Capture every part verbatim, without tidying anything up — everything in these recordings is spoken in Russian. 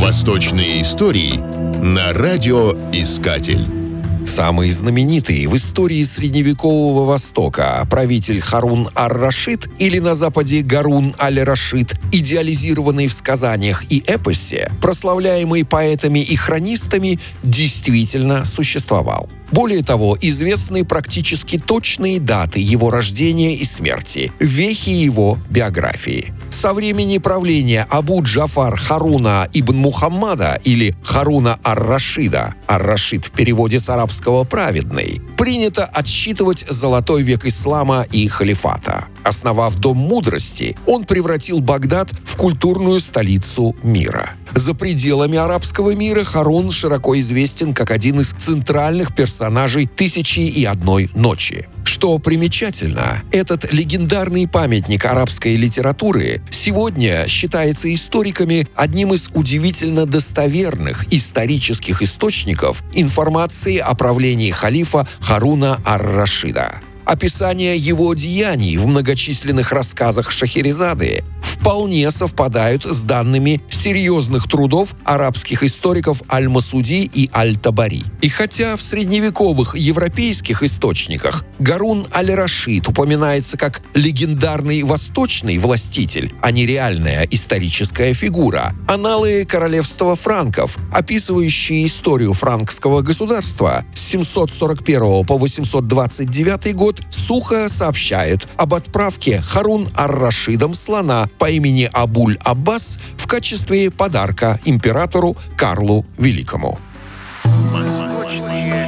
Восточные истории на радиоискатель. Самый знаменитый в истории средневекового Востока правитель Харун ар-Рашид, или на Западе Гарун аль-Рашид, идеализированный в сказаниях и эпосе, прославляемый поэтами и хронистами, действительно существовал. Более того, известны практически точные даты его рождения и смерти, вехи его биографии. Со времени правления Абу-Джафар Харуна ибн Мухаммада или Харуна ар-Рашида, ар-Рашид в переводе с арабского «праведный», принято отсчитывать золотой век ислама и халифата. Основав Дом мудрости, он превратил Багдад в культурную столицу мира. За пределами арабского мира Харун широко известен как один из центральных персонажей «Тысячи и одной ночи». Что примечательно, этот легендарный памятник арабской литературы сегодня считается историками одним из удивительно достоверных исторических источников информации о правлении халифа Харуна ар-Рашида. Описания его деяний в многочисленных рассказах Шахерезады вполне совпадают с данными серьезных трудов арабских историков Аль-Масуди и Аль-Табари. И хотя в средневековых европейских источниках Гарун аль-Рашид упоминается как легендарный восточный властитель, а не реальная историческая фигура, аналы королевства франков, описывающие историю франкского государства с семьсот сорок первого по восемьсот двадцать девятый год, сухо сообщают об отправке Харун ар-Рашидом слона по имени Абуль-Аббас в качестве подарка императору Карлу Великому.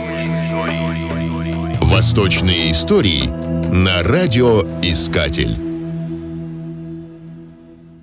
Восточные истории на радиоискатель.